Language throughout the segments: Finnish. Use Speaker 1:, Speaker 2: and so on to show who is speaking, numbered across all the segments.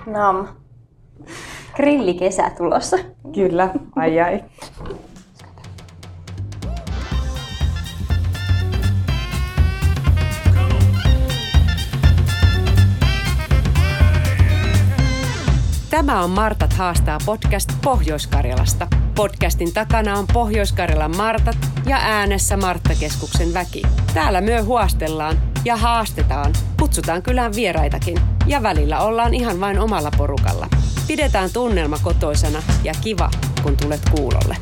Speaker 1: Nam. Grillikesä tulossa.
Speaker 2: Kyllä, ai.
Speaker 3: Tämä on Martat haastaa podcast Pohjois-Karjalasta. Podcastin takana on Pohjois-Karjalan Martat ja äänessä Marttakeskuksen väki. Täällä myö huostellaan ja haastetaan, kutsutaan kylään vieraitakin ja välillä ollaan ihan vain omalla porukalla. Pidetään tunnelma kotoisana ja kiva, kun tulet kuulolle.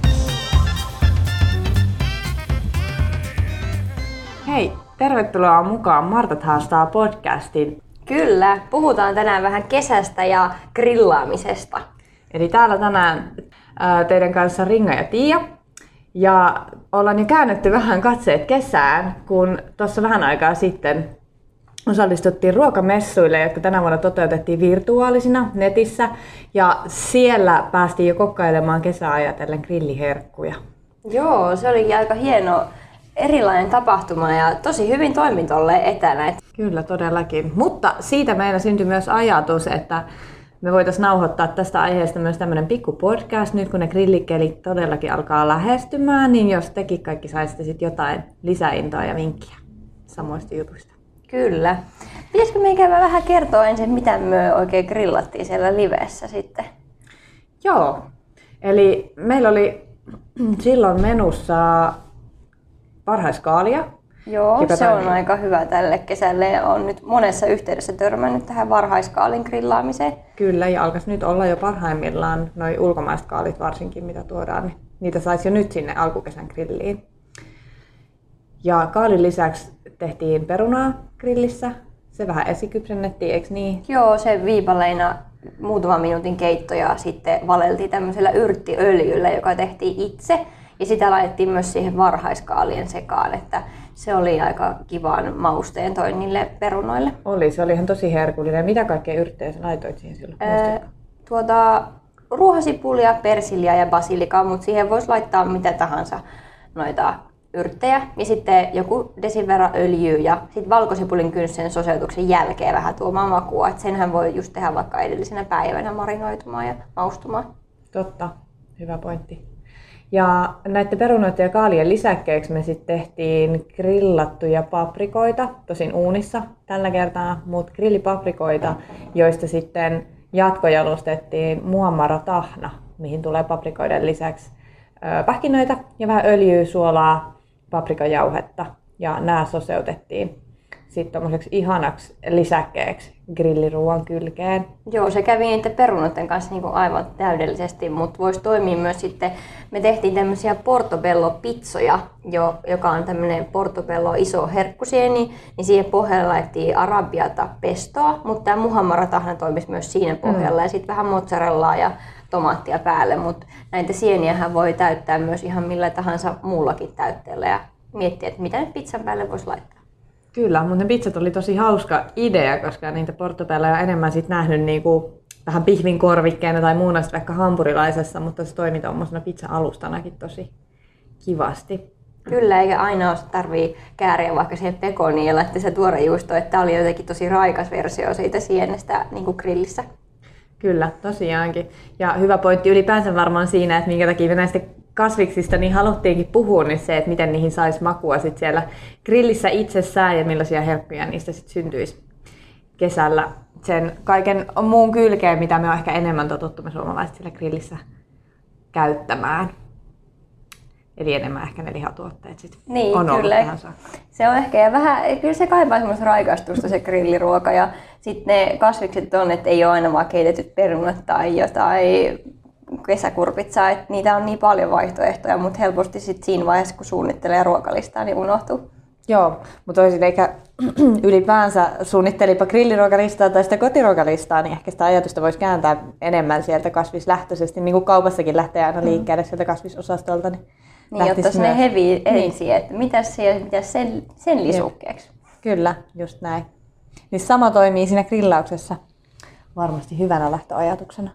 Speaker 2: Hei, tervetuloa mukaan Martat haastaa podcastin.
Speaker 1: Kyllä, puhutaan tänään vähän kesästä ja grillaamisesta.
Speaker 2: Eli täällä tänään teidän kanssa Ringa ja Tiia. Ja ollaan jo käännetty vähän katseet kesään, kun tuossa vähän aikaa sitten osallistuttiin ruokamessuille, jotka tänä vuonna toteutettiin virtuaalisina netissä. Ja siellä päästiin jo kokkailemaan kesää ajatellen grilliherkkuja.
Speaker 1: Joo, se oli aika hieno erilainen tapahtuma ja tosi hyvin toimin tolleen etänä.
Speaker 2: Kyllä, todellakin. Mutta siitä meillä syntyi myös ajatus, että me voitaisiin nauhoittaa tästä aiheesta myös tämmöinen pikku podcast. Nyt kun ne grillikelit todellakin alkaa lähestymään, niin jos tekin kaikki saisitte sit jotain lisäintoa ja vinkkiä samoista jutuista.
Speaker 1: Kyllä. Pitäisikö meidän vähän kertoa ensin, mitä me oikein grillattiin siellä livessä sitten?
Speaker 2: Joo. Eli meillä oli silloin menussa varhaiskaalia.
Speaker 1: Joo, se on aika hyvä tälle kesälle. Olen nyt monessa yhteydessä törmännyt tähän varhaiskaalin grillaamiseen.
Speaker 2: Kyllä, ja alkaisi nyt olla jo parhaimmillaan noi ulkomaiset kaalit varsinkin, mitä tuodaan. Niin niitä saisi jo nyt sinne alkukesän grilliin. Ja kaalin lisäksi tehtiin perunaa grillissä. Se vähän esikypsennettiin, eikö niin?
Speaker 1: Joo, se viipaleina muutaman minuutin keitto ja sitten valeltiin tämmöisellä yrttiöljyllä, joka tehtiin itse. Ja sitä laitettiin myös siihen varhaiskaalien sekaan, että se oli aika kivan mausteen toi niille perunoille.
Speaker 2: Se oli ihan tosi herkullinen. Mitä kaikkea yrttejä sä laitoit siihen silloin?
Speaker 1: Ruohosipulia, persiliä ja basilikaa, mutta siihen voisi laittaa mitä tahansa noita yrttejä. Ja sitten joku desin verran öljyä ja sitten valkosipulin kynssen soseutuksen jälkeen vähän tuomaan makua. Et senhän voi just tehdä vaikka edellisenä päivänä marinoitumaan ja maustumaan.
Speaker 2: Totta, hyvä pointti. Ja näiden perunoiden ja kaalien lisäkkeeksi me sitten tehtiin grillattuja paprikoita, tosin uunissa tällä kertaa, mutta grillipaprikoita, joista sitten jatkojalustettiin muhammara tahna, mihin tulee paprikoiden lisäksi pähkinöitä ja vähän öljyä, suolaa, paprikajauhetta. Ja nämä soseutettiin sitten tommoseksi ihanaksi lisäkkeeksi grilliruuan kylkeen.
Speaker 1: Joo, se kävi niiden perunoiden kanssa niin kuin aivan täydellisesti, mutta voisi toimia myös sitten, me tehtiin tämmöisiä portobello-pitsoja, joka on tämmöinen portobello iso herkkusieni, niin siihen pohjalle laitettiin arabiata pestoa, mutta tämä muhammara-tahna toimisi myös siinä pohjalla ja sitten vähän mozzarellaa ja tomaattia päälle, mutta näitä sieniähän voi täyttää myös ihan millä tahansa muullakin täytteellä ja miettiä, että mitä nyt pizzan päälle voisi laittaa.
Speaker 2: Kyllä, mutta ne pizzat oli tosi hauska idea, koska niitä portobelloja on enemmän sit nähnyt niinku vähän pihvin korvikkeena tai muuna vaikka hampurilaisessa, mutta se toimi tuommoisena pizza-alustanakin tosi kivasti.
Speaker 1: Kyllä, eikä aina tarvii kääriä vaikka siihen pekoniin ja laittaa se tuorejuusto, että tämä oli jotenkin tosi raikas versio siitä sienestä niin kuin grillissä.
Speaker 2: Kyllä, tosiaankin. Ja hyvä pointti ylipäänsä varmaan siinä, että minkä takia me näistä kasviksista niin haluttiinkin puhua, niin se, että miten niihin saisi makua sit siellä grillissä itsessään ja millaisia herkkuja niistä sit syntyisi kesällä sen kaiken muun kylkeen, mitä me on ehkä enemmän totuttu me suomalaiset siellä grillissä käyttämään. Eli enemmän ehkä ne lihatuotteet sit
Speaker 1: niin,
Speaker 2: on
Speaker 1: kyllä.
Speaker 2: ollut tähän saakka.
Speaker 1: Se on ehkä, ja vähän, kyllä se kaipaa semmoista raikastusta se grilliruoka ja sitten ne kasvikset on, että ei ole aina vaan keitetyt perunat tai jotain kesäkurpitsaa, että niitä on niin paljon vaihtoehtoja, mutta helposti sit siinä vaiheessa, kun suunnittelee ruokalistaa, niin unohtuu.
Speaker 2: Joo, mutta toisin eikä ylipäänsä suunnittelipa grilliruokalistaa tai sitä kotiruokalistaa, niin ehkä sitä ajatusta voisi kääntää enemmän sieltä kasvislähtöisesti, niin kuin kaupassakin lähtee aina liikkeelle sieltä kasvisosastolta.
Speaker 1: Niin, jotta sinne hevi ensin, että mitäs sen lisukkeeksi.
Speaker 2: Kyllä, just näin. Niin sama toimii siinä grillauksessa varmasti hyvänä lähtöajatuksena.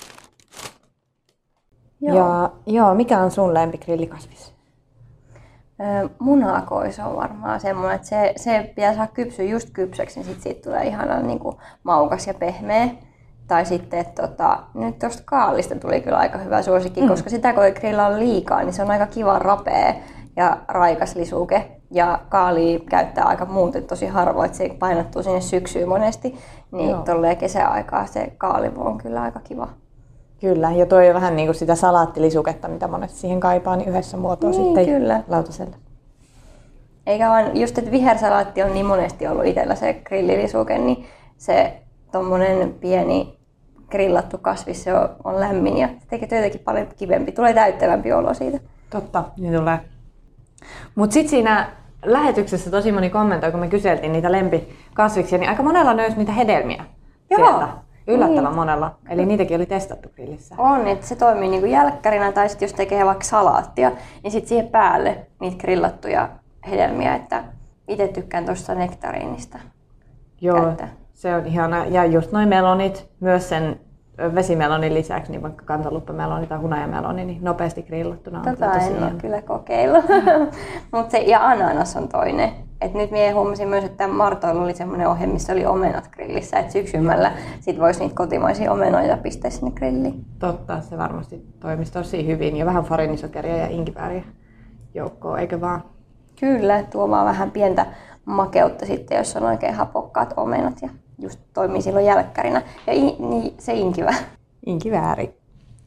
Speaker 2: Joo, mikä on sun lempigrillikasvis?
Speaker 1: Munakoiso on varmaan semmoinen, että se pitää saada kypsyä just kypsäksi, niin siitä tulee ihana niin kuin maukas ja pehmeä. Tai sitten, että nyt tuosta kaalista tuli kyllä aika hyvä suosikki, koska sitä kun ei grillaa liikaa, niin se on aika kiva rapea ja raikas lisuke. Ja kaalia käyttää aika muuten tosi harvoin, että se painottuu sinne syksyyn monesti. Niin tolleen kesäaikaa se kaali on kyllä aika kiva.
Speaker 2: Kyllä, ja toi on vähän niin kuin sitä salaattilisuketta, mitä monesti siihen kaipaa, niin yhdessä muotoa
Speaker 1: niin,
Speaker 2: sitten
Speaker 1: kyllä.
Speaker 2: lautaselle.
Speaker 1: Eikä vaan just, että vihersalaatti on niin monesti ollut itsellä se grillilisuke, niin se tommonen pieni grillattu kasvis, se on lämmin ja se tekee jotenkin paljon kivempi. Tulee täyttävämpi olo siitä.
Speaker 2: Totta, niin tulee. Mutta sitten siinä lähetyksessä tosi moni kommentoi, kun me kyseltiin niitä lempikasviksia, niin aika monella löysi niitä hedelmiä sieltä. Yllättävän monella. Eli niitäkin oli testattu grillissä.
Speaker 1: On, että se toimii niinku jälkkärinä tai sitten jos tekee vaikka salaattia, niin sitten siihen päälle niitä grillattuja hedelmiä. Että itse tykkään tuosta nektariinista käyttää.
Speaker 2: Se on ihana. Ja just noin melonit, myös sen vesimelonin lisäksi, niin vaikka kantaluppameloni tai hunajameloni, niin nopeasti grillattuna on
Speaker 1: tota en ole kyllä kokeillut. Ja ananas on toinen. Et nyt minä huomasin myös, että Martoilla oli semmoinen ohje, missä oli omenat grillissä, että syksymällä sit voisi niitä kotimaisia omenoita pistää sinne grilliin.
Speaker 2: Totta, se varmasti toimisi tosi hyvin ja vähän farinisokeria ja inkivääriä joukkoon, eikö vaan?
Speaker 1: Kyllä, tuo vaan vähän pientä makeutta sitten, jos on oikein hapokkaat omenat ja just toimii silloin jälkkärinä. Ja se
Speaker 2: Inkivääri.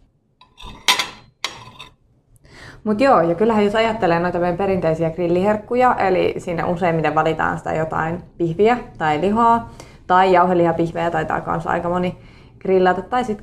Speaker 2: Mut joo, ja kyllähän jos ajattelee noita meidän perinteisiä grilliherkkuja, eli siinä useimmiten valitaan sitä jotain pihviä tai lihaa, tai jauhelihapihvejä taitaa kanssa aika moni grillata, tai sitten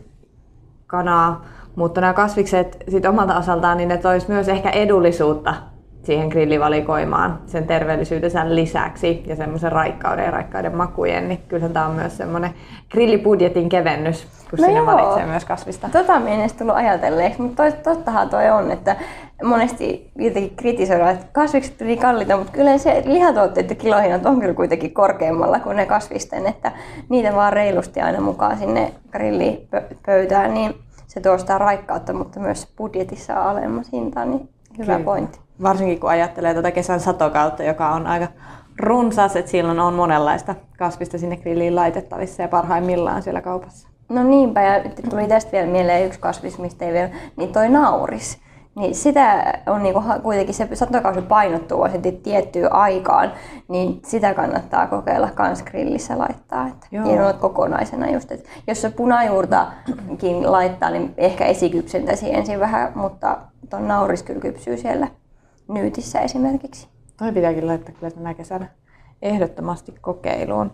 Speaker 2: kanaa. Mutta nämä kasvikset sit omalta osaltaan, niin ne tois myös ehkä edullisuutta siihen grillivalikoimaan sen terveellisyytensä lisäksi ja semmoisen raikkauden makujen, niin kyllä tämä on myös semmoinen grillibudjetin kevennys, kun sinne valitsee myös kasvista.
Speaker 1: Minä en edes tullut ajatelleeksi, mutta tottahan toi on, että monesti jotenkin kritisoidaan, että kasvikset tuli kalliita, mutta kyllä se lihatuotteiden kilohinnat on kyllä kuitenkin korkeammalla kuin ne kasvisten, että niitä vaan reilusti aina mukaan sinne grillipöytään, niin se tuo sitä raikkautta, mutta myös budjetissa on alemmas hinta, niin hyvä pointti.
Speaker 2: Varsinkin kun ajattelee tuota kesän satokautta, joka on aika runsas, että silloin on monenlaista kasvista sinne grilliin laitettavissa ja parhaimmillaan siellä kaupassa.
Speaker 1: No niinpä, ja tuli tästä vielä mieleen yksi kasvis, mistä ei vielä, niin toi nauris. Niin sitä on niinku kuitenkin, se satokausi painottuu vaan tiettyyn aikaan, niin sitä kannattaa kokeilla kans grillissä laittaa. Ja kokonaisena just, että jos se punajuurtakin laittaa, niin ehkä esikypsentäisi ensin vähän, mutta ton nauris kyllä kypsyy siellä nyytissä esimerkiksi.
Speaker 2: Toi pitääkin laittaa kyllä tänä kesänä ehdottomasti kokeiluun.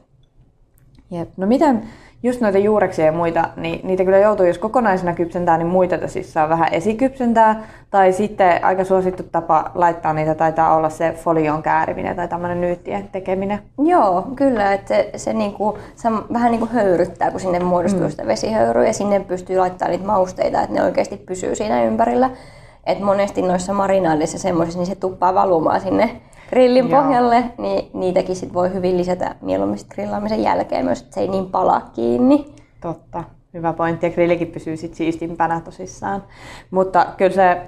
Speaker 2: Jep. No miten just noita juureksia ja muita, niin niitä kyllä joutuu, jos kokonaisena kypsentää, niin muita tosissaan vähän esikypsentää. Tai sitten aika suosittu tapa laittaa niitä taitaa olla se folion kääriminen tai tämmöinen nyyttien tekeminen.
Speaker 1: Joo, kyllä. Että se vähän niinku höyryttää, kun sinne muodostuu sitä vesihöyryä ja sinne pystyy laittamaan niitä mausteita, että ne oikeasti pysyy siinä ympärillä. Et monesti noissa marinaadeissa semmoisissa, niin se tuppaa valumaan sinne grillin pohjalle, niin niitäkin sit voi hyvin lisätä mieluummin grillaamisen jälkeen myös, että se ei niin palaa kiinni.
Speaker 2: Totta, hyvä pointti. Ja grillikin pysyy sit siistimpänä tosissaan. Mutta kyllä se,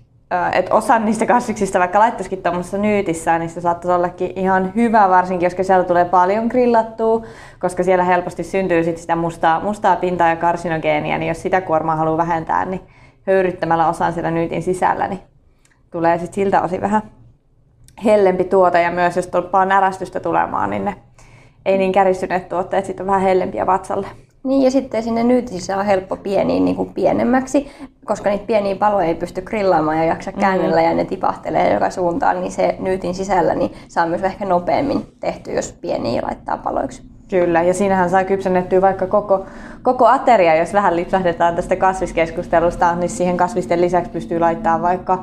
Speaker 2: että osa niistä kasviksista, vaikka laittaisikin tuommoisessa nyytissään, niin se saattaisi ollakin ihan hyvä, varsinkin jos kesällä tulee paljon grillattua, koska siellä helposti syntyy sit sitä mustaa pintaa ja karsinogeenia, niin jos sitä kuormaa haluaa vähentää, niin höyryttämällä osan siellä nyytin sisällä, niin tulee sit siltä osin vähän hellempi tuote. Ja myös jos tuppaa närästystä tulemaan, niin ne ei niin käristyneet tuotteet sitten on vähän hellempiä vatsalle.
Speaker 1: Niin ja sitten sinne nyytissä on helppo pieniin niin kuin pienemmäksi, koska niitä pieniä paloja ei pysty grillaamaan ja jaksa käännellä ja ne tipahtelee joka suuntaan, niin se nyytin sisällä niin saa myös ehkä nopeammin tehtyä, jos pieniä laittaa paloiksi.
Speaker 2: Kyllä, ja siinähän saa kypsennettyä vaikka koko ateria, jos vähän lipsahdetaan tästä kasviskeskustelusta, niin siihen kasvisten lisäksi pystyy laittamaan vaikka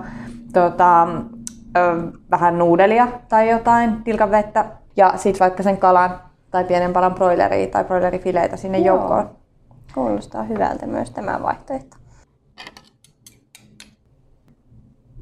Speaker 2: vähän nuudelia tai jotain, tilkavettä, ja sitten vaikka sen kalan tai pienen palan broileria tai broilerifileitä sinne joukkoon.
Speaker 1: Kuulostaa hyvältä myös tämä vaihtoehto.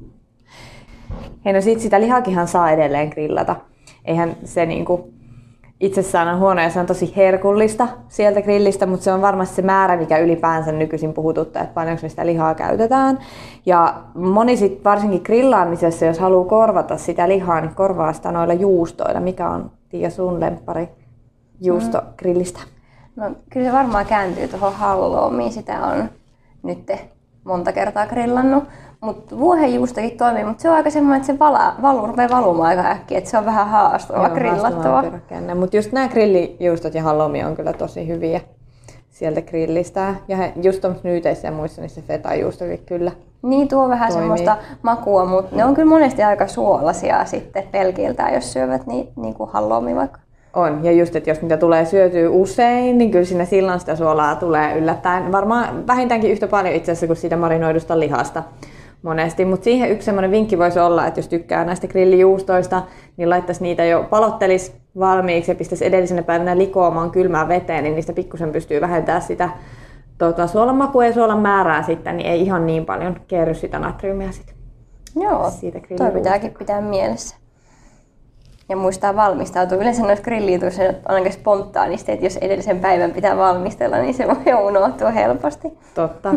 Speaker 2: Hei, no sit sitä lihakinhan saa edelleen grillata. Eihän se niinku itsessään on huono ja se on tosi herkullista sieltä grillistä, mutta se on varmasti se määrä, mikä ylipäänsä nykyisin puhututtaa, että paljonko me sitä lihaa käytetään. Ja moni sit varsinkin grillaamisessa, jos haluaa korvata sitä lihaa, niin korvaa sitä noilla juustoilla. Mikä on, Tiia, sun lemppari juusto grillistä?
Speaker 1: No kyllä se varmaan kääntyy tuohon halloumiin, sitä on nyt monta kertaa grillannut. Mutta vuohenjuustokin toimii, mutta se on aika semmoinen, että se rupeaa valumaan aika äkkiä, että se on vähän haastava grillattava.
Speaker 2: Mutta just nämä grillijuustot ja halloumi on kyllä tosi hyviä sieltä grillistä. Ja just tuossa nyyteissä ja muissa, niin se fetajuustokin kyllä
Speaker 1: niin, tuo vähän toimii. Semmoista makua, mutta ne on kyllä monesti aika suolaisia sitten pelkiltään, jos syövät niin kuin halloumi vaikka.
Speaker 2: On, ja just, että jos niitä tulee syötyä usein, niin kyllä siinä silloin sitä suolaa tulee yllättäen. Varmaan vähintäänkin yhtä paljon itse asiassa kuin siitä marinoidusta lihasta monesti. Mutta siihen yksi semmoinen vinkki voisi olla, että jos tykkää näistä grillijuustoista, niin laittaisi niitä jo, palottelisi valmiiksi ja pistäisi edellisenä päivänä likoamaan kylmään veteen, niin niistä pikkusen pystyy vähentämään sitä suolan makua ja suolan määrää sitten, niin ei ihan niin paljon kerry sitä natriumia sitten.
Speaker 1: Joo, toi pitääkin pitää mielessä. Ja muistaa valmistautua. Yleensä noissa grillijutuissa on aika spontaanisti, että jos edellisen päivän pitää valmistella, niin se voi unohtua helposti.
Speaker 2: Totta.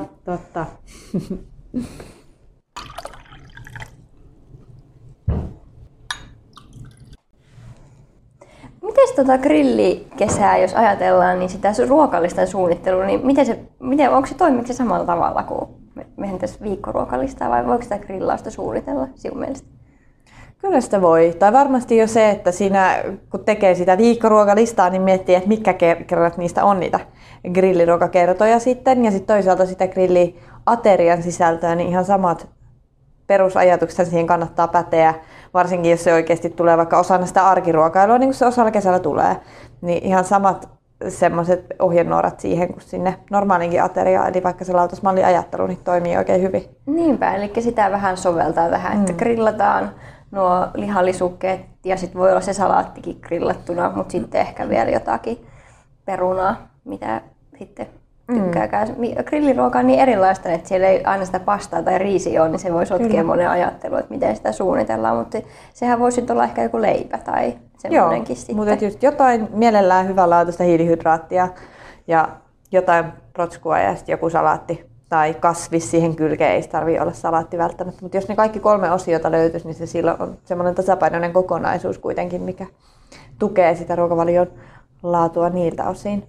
Speaker 1: Mites grillikesää, jos ajatellaan, niin sitä ruokalistan suunnittelua, niin toimiiko se samalla tavalla kuin mehän tässä viikkoruokalistaa vai voiko sitä grillausta suunnitella sinun mielestä?
Speaker 2: Kyllä sitä voi. Tai varmasti jo se, että siinä kun tekee sitä viikkoruokalistaa, niin miettii, että mitkä kerrat niistä on niitä grilliruokakertoja sitten. Ja sitten toisaalta sitä grilliaterian sisältöä, niin ihan samat perusajatukset siihen kannattaa päteä. Varsinkin jos se oikeasti tulee vaikka osana sitä arkiruokailua, niin kuin se osalla kesällä tulee. Niin ihan samat semmoiset ohjenuorat siihen, kun sinne normaalinkin ateriaan, eli vaikka se lautasmalliajattelu, niin toimii oikein hyvin.
Speaker 1: Niinpä, eli sitä vähän soveltaa tähän, että grillataan nuo lihallisukkeet ja sitten voi olla se salaattikin grillattuna, mutta sitten ehkä vielä jotakin perunaa, mitä sitten tykkääkään. Grilliruoka on niin erilaista, että siellä ei aina sitä pastaa tai riisiä ole, niin se voi sotkea monen ajattelua, että miten sitä suunnitellaan, mutta sehän voisi olla ehkä joku leipä tai semmoinenkin sitten.
Speaker 2: Mutta just jotain mielellään hyvänlaatuista hiilihydraattia ja jotain protskua ja sitten joku salaatti. Tai kasvis siihen kylkeen, ei tarvitse olla salaatti välttämättä. Mutta jos ne kaikki 3 osiota löytyisi, niin se silloin on semmoinen tasapainoinen kokonaisuus kuitenkin, mikä tukee sitä ruokavalion laatua niiltä osin.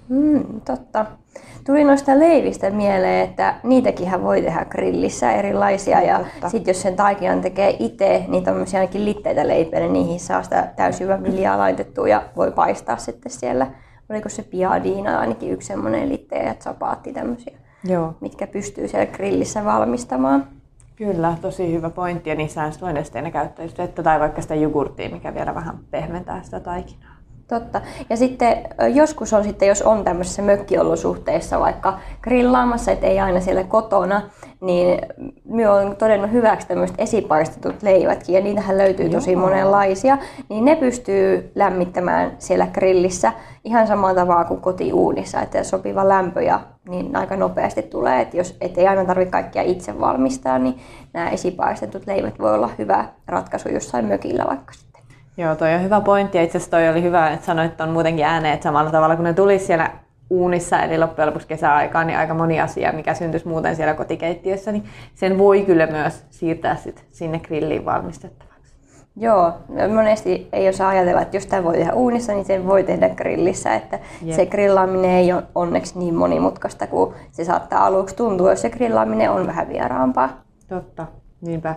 Speaker 1: Totta. Tuli noista leivistä mieleen, että niitäkinhän voi tehdä grillissä erilaisia. Ja sitten jos sen taikinan tekee itse, niin tämmöisiä ainakin litteitä leipiä, niin niihin saa sitä täysjyväviljaa laitettua ja voi paistaa sitten siellä. Oliko se piadina ainakin yksi semmoinen litte ja chapaatti tämmöisiä.
Speaker 2: Joo.
Speaker 1: Mitkä pystyy siellä grillissä valmistamaan.
Speaker 2: Kyllä, tosi hyvä pointti ja niissä on toinesteenä käyttää just vettä tai vaikka sitä jogurttia, mikä vielä vähän pehmentää sitä taikinaa.
Speaker 1: Totta. Ja sitten joskus on sitten, jos on tämmöisessä mökkiolosuhteissa vaikka grillaamassa, et ei aina siellä kotona, niin minä olen todennut hyväksi tämmöiset esipaistetut leivätkin, ja niitähän löytyy tosi monenlaisia, niin ne pystyy lämmittämään siellä grillissä ihan samalla tavalla kuin kotiuunissa, että sopiva lämpö ja niin aika nopeasti tulee, että jos ei aina tarvitse kaikkia itse valmistaa, niin nämä esipaistetut leivät voi olla hyvä ratkaisu jossain mökillä vaikka sitten.
Speaker 2: Joo, toi on hyvä pointti ja itse asiassa toi oli hyvä, että sanoit on muutenkin ääneen, että samalla tavalla kun ne tulisi siellä uunissa, eli loppujen lopuksi kesäaikaan, niin aika moni asia, mikä syntyisi muuten siellä kotikeittiössä, niin sen voi kyllä myös siirtää sit sinne grilliin valmistettavaksi.
Speaker 1: Joo, monesti ei osaa ajatella, että jos tämä voi tehdä uunissa, niin sen voi tehdä grillissä, että se grillaaminen ei ole onneksi niin monimutkaista kuin se saattaa aluksi tuntua, jos se grillaaminen on vähän vieraampaa.
Speaker 2: Totta, niinpä.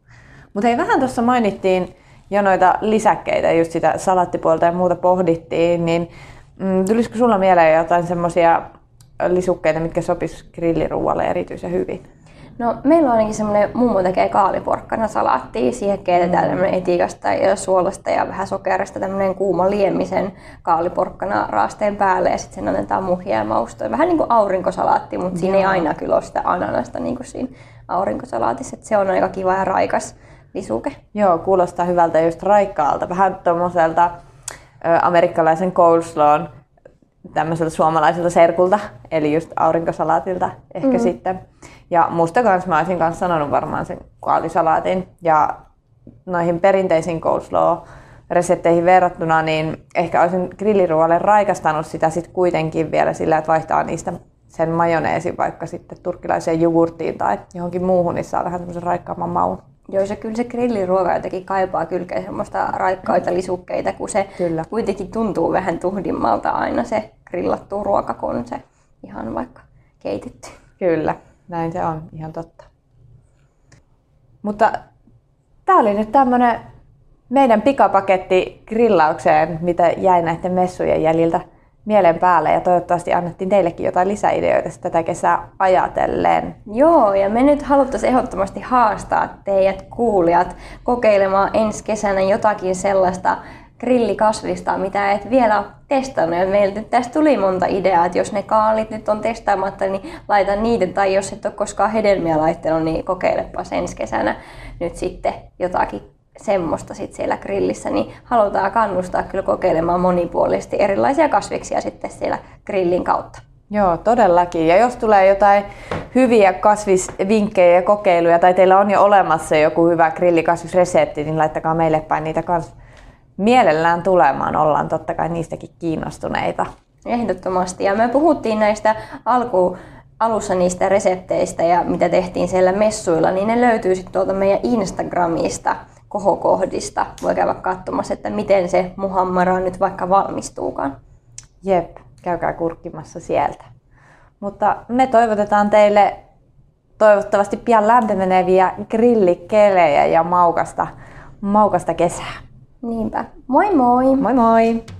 Speaker 2: Mutta hei, vähän tuossa mainittiin jo noita lisäkkeitä, just sitä salaattipuolta ja muuta pohdittiin, niin tulisiko sulla mieleen jotain semmoisia lisukkeita, mitkä sopis grilliruualle erityisen hyvin?
Speaker 1: No, meillä on ainakin semmoinen, mummo tekee kaaliporkkana salaattia. Siihen keitetään tämmöinen etikasta ja suolasta ja vähän sokerista tämmöinen kuuma liemisen kaaliporkkana raasteen päälle ja sitten sen annetaan muhia ja maustoja. Vähän niin kuin aurinkosalaatti, mutta siinä ei aina kyllä ole sitä ananasta niin kuin siinä aurinkosalaatissa. Että se on aika kiva ja raikas lisuke. Joo,
Speaker 2: kuulostaa hyvältä just raikkaalta. Vähän tuommoiselta amerikkalaisen coleslawn tämmöiseltä suomalaiselta serkulta, eli just aurinkosalaatilta ehkä sitten. Ja musta kanssa mä olisin kanssa sanonut varmaan sen kaalisalaatin. Ja noihin perinteisiin coleslaw resepteihin verrattuna, niin ehkä olisin grilliruoalle raikastanut sitä sit kuitenkin vielä sillä, että vaihtaa niistä sen majoneesin vaikka sitten turkkilaiseen jogurttiin tai johonkin muuhun, niin saa vähän semmoisen raikkaamman maun.
Speaker 1: Joo, kyllä se grilliruoka jotenkin kaipaa kylkeä semmoista raikkaita lisukkeita, kun se kyllä kuitenkin tuntuu vähän tuhdimmalta aina se grillattu ruoka, kun se ihan vaikka keitetty.
Speaker 2: Kyllä, näin se on, ihan totta. Mutta tää oli nyt tämmönen meidän pikapaketti grillaukseen, mitä jäi näiden messujen jäljiltä mielen päälle, ja toivottavasti annettiin teillekin jotain lisäideoita tätä kesää ajatellen.
Speaker 1: Joo, ja me nyt haluttaisiin ehdottomasti haastaa teidät kuulijat kokeilemaan ensi kesänä jotakin sellaista grillikasvista, mitä et vielä ole testannut. Meiltä tästä tuli monta ideaa, että jos ne kaalit nyt on testaamatta, niin laita niitä, tai jos et ole koskaan hedelmiä laittanut, niin kokeilepas ensi kesänä nyt sitten jotakin semmoista sit siellä grillissä, niin halutaan kannustaa kyllä kokeilemaan monipuolisesti erilaisia kasviksia sitten siellä grillin kautta.
Speaker 2: Joo, todellakin. Ja jos tulee jotain hyviä kasvisvinkkejä ja kokeiluja, tai teillä on jo olemassa joku hyvä grillikasvisresepti, niin laittakaa meille päin niitä kanssa mielellään tulemaan. Ollaan totta kai niistäkin kiinnostuneita.
Speaker 1: Ehdottomasti. Ja me puhuttiin näistä alussa niistä resepteistä ja mitä tehtiin siellä messuilla, niin ne löytyy sitten tuolta meidän Instagramista, kohokohdista. Voi käydä katsomassa, että miten se muhammara nyt vaikka valmistuukaan.
Speaker 2: Jep, käykää kurkkimassa sieltä. Mutta me toivotetaan teille toivottavasti pian lämpeneviä grillikelejä ja maukasta kesää.
Speaker 1: Niinpä. Moi moi!
Speaker 2: Moi moi!